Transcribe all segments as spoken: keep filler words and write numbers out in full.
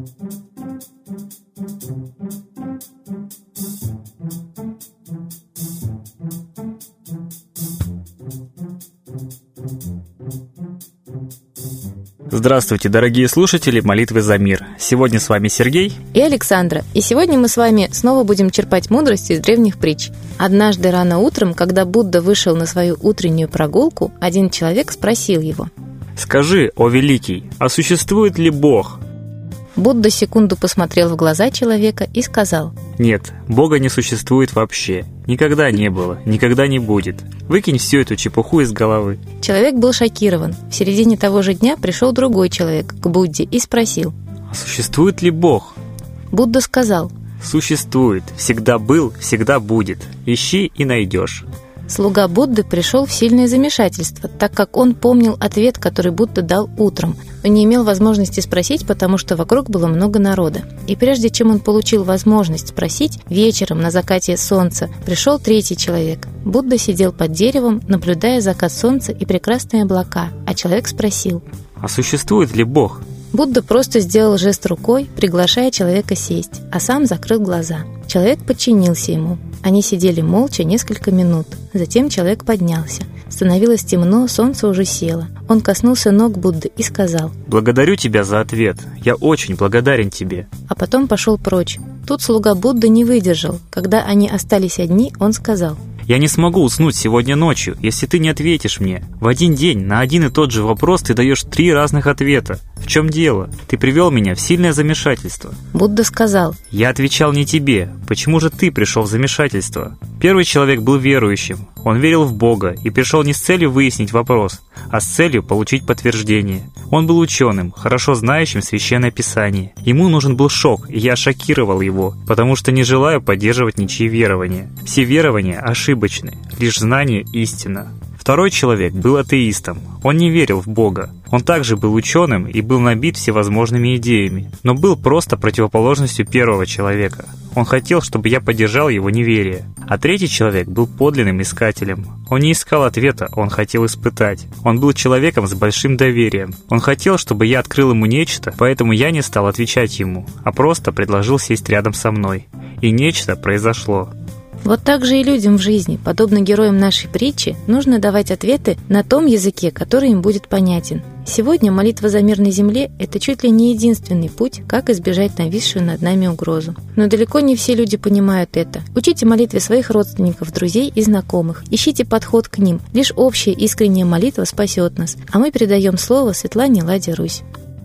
Здравствуйте, дорогие слушатели «Молитвы за мир». Сегодня с вами Сергей и Александра. И сегодня мы с вами снова будем черпать мудрость из древних притч. Однажды рано утром, когда Будда вышел на свою утреннюю прогулку, один человек спросил его: «Скажи, о великий, а существует ли Бог?» Будда секунду посмотрел в глаза человека и сказал: «Нет, Бога не существует вообще. Никогда не было, никогда не будет. Выкинь всю эту чепуху из головы». Человек был шокирован. В середине того же дня пришел другой человек к Будде и спросил: «А существует ли Бог?» Будда сказал: «Существует, всегда был, всегда будет. Ищи и найдешь». Слуга Будды пришел в сильное замешательство, так как он помнил ответ, который Будда дал утром. Он не имел возможности спросить, потому что вокруг было много народа. И прежде чем он получил возможность спросить, вечером на закате солнца пришел третий человек. Будда сидел под деревом, наблюдая закат солнца и прекрасные облака, а человек спросил: «А существует ли Бог?» Будда просто сделал жест рукой, приглашая человека сесть, а сам закрыл глаза. Человек подчинился ему. Они сидели молча несколько минут. Затем человек поднялся. Становилось темно, солнце уже село. Он коснулся ног Будды и сказал: «Благодарю тебя за ответ. Я очень благодарен тебе». А потом пошел прочь. Тут слуга Будды не выдержал. Когда они остались одни, он сказал: «Я не смогу уснуть сегодня ночью, если ты не ответишь мне. В один день на один и тот же вопрос ты даешь три разных ответа. В чем дело? Ты привел меня в сильное замешательство». Будда сказал: «Я отвечал не тебе. Почему же ты пришел в замешательство?» Первый человек был верующим. Он верил в Бога и пришел не с целью выяснить вопрос, а с целью получить подтверждение. Он был ученым, хорошо знающим Священное Писание. Ему нужен был шок, и я шокировал его, потому что не желаю поддерживать ничьи верования. Все верования ошибочны, лишь знание – истина. Второй человек был атеистом. Он не верил в Бога. Он также был ученым и был набит всевозможными идеями, но был просто противоположностью первого человека. Он хотел, чтобы я поддержал его неверие. А третий человек был подлинным искателем. Он не искал ответа, он хотел испытать. Он был человеком с большим доверием. Он хотел, чтобы я открыл ему нечто, поэтому я не стал отвечать ему, а просто предложил сесть рядом со мной. И нечто произошло. Вот так же и людям в жизни, подобно героям нашей притчи, нужно давать ответы на том языке, который им будет понятен. Сегодня молитва за мир на земле – это чуть ли не единственный путь, как избежать нависшую над нами угрозу. Но далеко не все люди понимают это. Учите молитве своих родственников, друзей и знакомых. Ищите подход к ним. Лишь общая искренняя молитва спасет нас. А мы передаем слово Светлане Ладе Русь.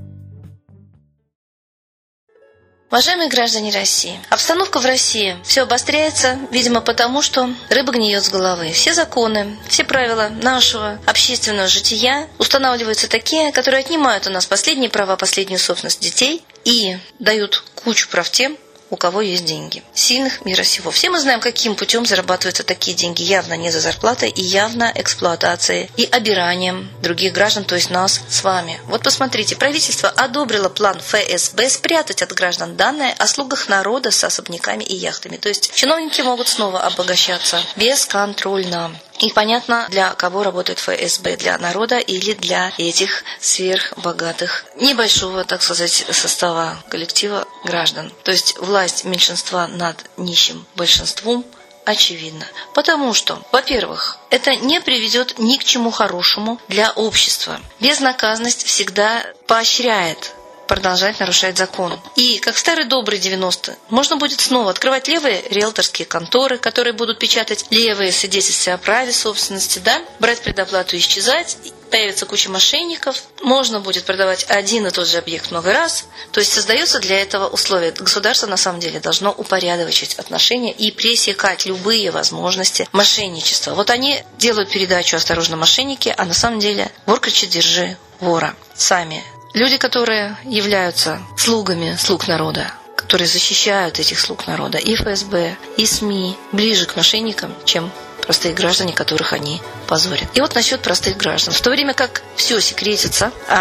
Уважаемые граждане России, обстановка в России все обостряется, видимо, потому, что рыба гниет с головы. Все законы, все правила нашего общественного жития устанавливаются такие, которые отнимают у нас последние права, последнюю собственность детей и дают кучу прав тем, у кого есть деньги. Сильных мира сего. Все мы знаем, каким путем зарабатываются такие деньги. Явно не за зарплатой и явно эксплуатацией и обиранием других граждан, то есть нас с вами. Вот посмотрите, правительство одобрило план эф эс бэ спрятать от граждан данные о слугах народа с особняками и яхтами. То есть чиновники могут снова обогащаться бесконтрольно. И понятно, для кого работает эф эс бэ, для народа или для этих сверхбогатых, небольшого, так сказать, состава коллектива граждан. То есть власть меньшинства над нищим большинством очевидно. Потому что, во-первых, это не приведет ни к чему хорошему для общества. Безнаказанность всегда поощряет продолжать нарушать закон. И, как в старые добрые девяностые, можно будет снова открывать левые риэлторские конторы, которые будут печатать левые свидетельства о праве собственности, да, брать предоплату и исчезать, появится куча мошенников, можно будет продавать один и тот же объект много раз. То есть создается для этого условие. Государство на самом деле должно упорядочить отношения и пресекать любые возможности мошенничества. Вот они делают передачу «Осторожно, мошенники», а на самом деле вор кричит «Держи вора». Сами люди, которые являются слугами слуг народа, которые защищают этих слуг народа, и эф эс бэ, и СМИ, ближе к мошенникам, чем простые граждане, которых они позорят. И вот насчет простых граждан. В то время как все секретится, а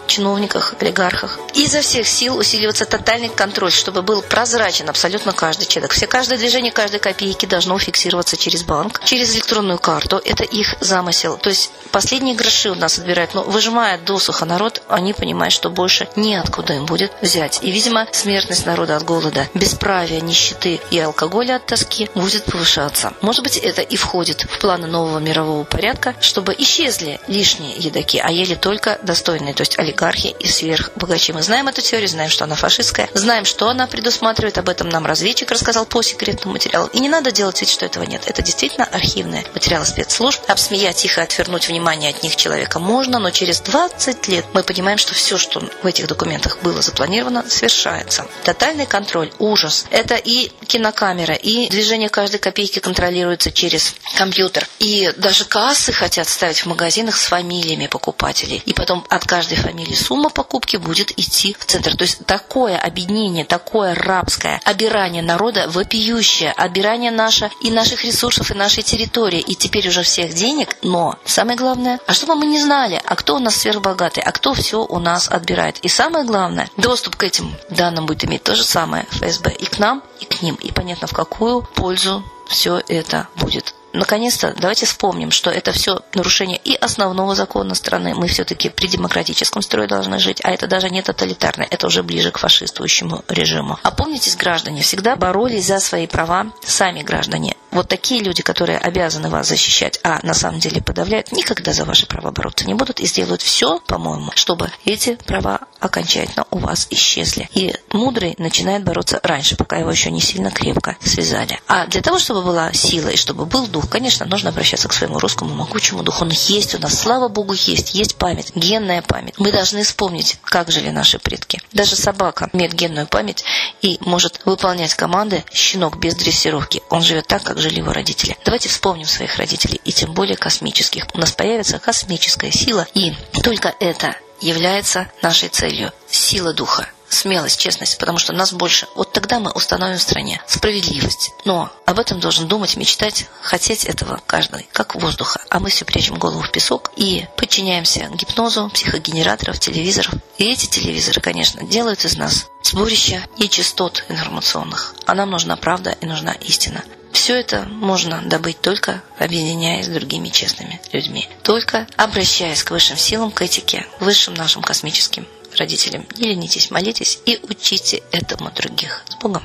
чиновниках, олигархах. И изо всех сил усиливаться тотальный контроль, чтобы был прозрачен абсолютно каждый человек. Все, каждое движение, каждой копейки должно фиксироваться через банк, через электронную карту. Это их замысел. То есть последние гроши у нас отбирают, но выжимая досуха народ, они понимают, что больше неоткуда им будет взять. И, видимо, смертность народа от голода, бесправия, нищеты и алкоголя от тоски будет повышаться. Может быть, это и входит в планы нового мирового порядка, чтобы исчезли лишние едоки, а ели только достойные, то есть олигархи и сверхбогачи. Мы знаем эту теорию, знаем, что она фашистская, знаем, что она предусматривает, об этом нам разведчик рассказал по секретному материалу. И не надо делать вид, что этого нет. Это действительно архивные материалы спецслужб. Обсмеять, тихо отвернуть внимание от них человека можно, но через двадцать лет мы понимаем, что все, что в этих документах было запланировано, совершается. Тотальный контроль, ужас. Это и кинокамера, и движение каждой копейки контролируется через компьютер. И даже кассы хотят ставить в магазинах с фамилиями покупателей. И потом от каждой фамилии сумма покупки будет идти в центр. То есть такое объединение, такое рабское обирание народа, вопиющее обирание наше и наших ресурсов, и нашей территории, и теперь уже всех денег. Но самое главное, а чтобы мы не знали, а кто у нас сверхбогатый, а кто все у нас отбирает. И самое главное, доступ к этим данным будет иметь то же самое эф эс бэ и к нам, и к ним. И понятно, в какую пользу все это будет. Наконец-то давайте вспомним, что это все нарушение и основного закона страны. Мы все-таки при демократическом строе должны жить, а это даже не тоталитарное, это уже ближе к фашистующему режиму. Опомнитесь, граждане, всегда боролись за свои права сами граждане. Вот такие люди, которые обязаны вас защищать, а на самом деле подавляют, никогда за ваши права бороться не будут и сделают все, по-моему, чтобы эти права окончательно у вас исчезли. И мудрый начинает бороться раньше, пока его еще не сильно крепко связали. А для того, чтобы была сила и чтобы был дух, конечно, нужно обращаться к своему русскому могучему духу. Он есть у нас, слава Богу, есть. Есть память, генная память. Мы должны вспомнить, как жили наши предки. Даже собака имеет генную память и может выполнять команды. Щенок без дрессировки, он живет так, как жили его родители. Давайте вспомним своих родителей, и тем более космических. У нас появится космическая сила, и только это является нашей целью. Сила духа, смелость, честность, потому что нас больше. Вот тогда мы установим в стране справедливость. Но об этом должен думать, мечтать, хотеть этого каждый, как воздуха. А мы все прячем голову в песок и подчиняемся гипнозу, психогенераторов, телевизоров. И эти телевизоры, конечно, делают из нас сборище нечистот информационных. А нам нужна правда и нужна истина. Все это можно добыть только объединяясь с другими честными людьми. Только обращаясь к высшим силам, к этике, высшим нашим космическим родителям. Не ленитесь, молитесь и учите этому других. С Богом!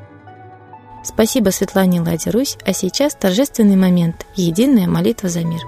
Спасибо Светлане Ладе Русь, а сейчас торжественный момент – единая молитва за мир.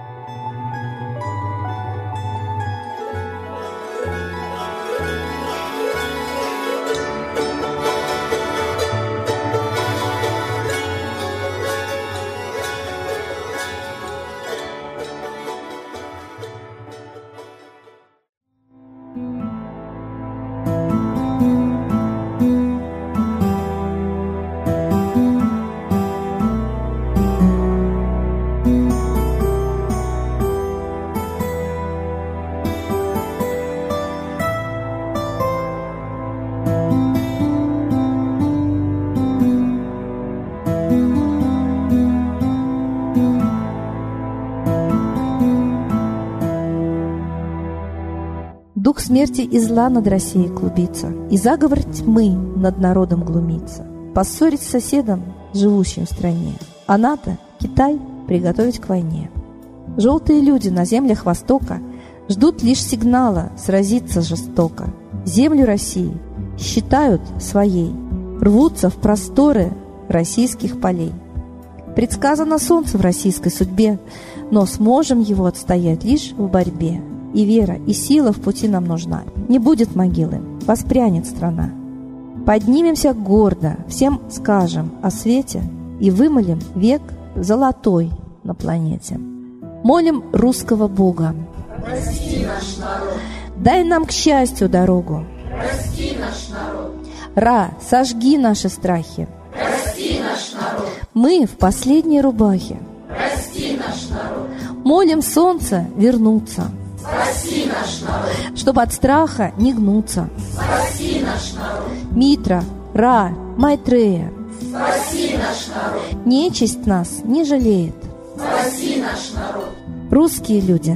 Дух смерти и зла над Россией клубится, и заговор тьмы над народом глумится. Поссорить с соседом, живущим в стране, а НАТО, Китай, приготовить к войне. Желтые люди на землях Востока ждут лишь сигнала сразиться жестоко. Землю России считают своей, рвутся в просторы российских полей. Предсказано солнце в российской судьбе, но сможем его отстоять лишь в борьбе. И вера, и сила в пути нам нужна. Не будет могилы, воспрянет страна. Поднимемся гордо, всем скажем о свете и вымолим век золотой на планете. Молим русского Бога. Прости наш народ. Дай нам к счастью дорогу. Прости наш народ. Ра, сожги наши страхи. Прости наш народ. Мы в последней рубахе. Прости наш народ. Молим солнце вернуться. Спаси наш народ. Чтоб от страха не гнуться. Спаси наш народ. Митра, Ра, Майтрея. Спаси наш народ. Нечисть нас не жалеет. Спаси наш народ. Русские люди,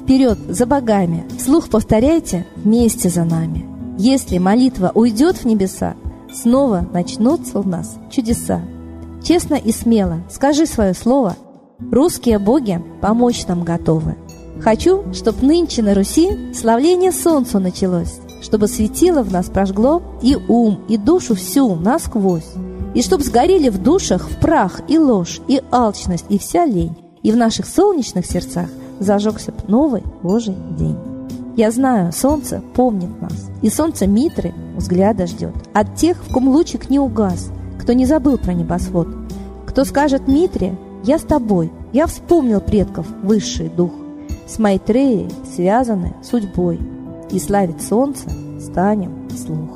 вперед за богами, вслух повторяйте вместе за нами. Если молитва уйдет в небеса, снова начнутся у нас чудеса. Честно и смело скажи свое слово, русские боги помочь нам готовы. Хочу, чтоб нынче на Руси славление солнцу началось, чтобы светило в нас прожгло и ум, и душу всю насквозь, и чтоб сгорели в душах в прах и ложь, и алчность, и вся лень, и в наших солнечных сердцах зажегся б новый Божий день. Я знаю, солнце помнит нас, и солнце Митры взгляда ждет от тех, в ком лучик не угас, кто не забыл про небосвод, кто скажет Митре: «Я с тобой, я вспомнил предков высший дух». С Майтреей связаны судьбой, и славить солнце станем вслух.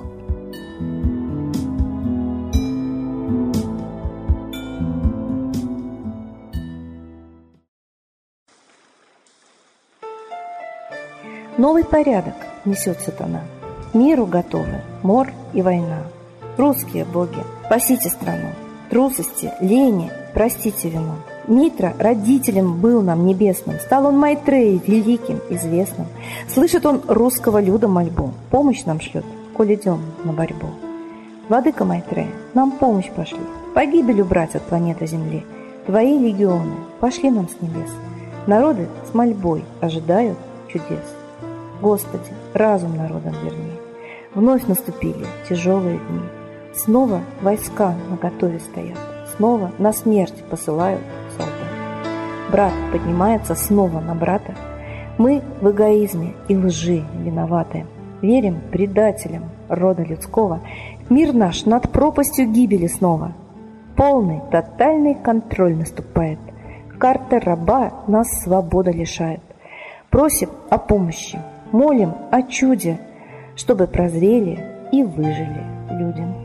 Новый порядок несет сатана. Миру готовы мор и война. Русские боги, спасите страну. Трусости, лени, простите вину. Митра родителем был нам небесным, стал он Майтреей великим, известным. Слышит он русского люда мольбу, помощь нам шлет, коль идем на борьбу. Владыка Майтрея, нам помощь пошли, погибелью брать от планеты Земли. Твои легионы пошли нам с небес, народы с мольбой ожидают чудес. Господи, разум народам верни, вновь наступили тяжелые дни. Снова войска наготове стоят, снова на смерть посылают солдат. Брат поднимается снова на брата. Мы в эгоизме и лжи виноваты. Верим предателям рода людского. Мир наш над пропастью гибели снова. Полный, тотальный контроль наступает. Карта раба нас свобода лишает. Просим о помощи, молим о чуде, чтобы прозрели и выжили людям.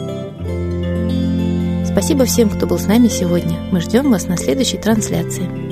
Спасибо всем, кто был с нами сегодня. Мы ждем вас на следующей трансляции.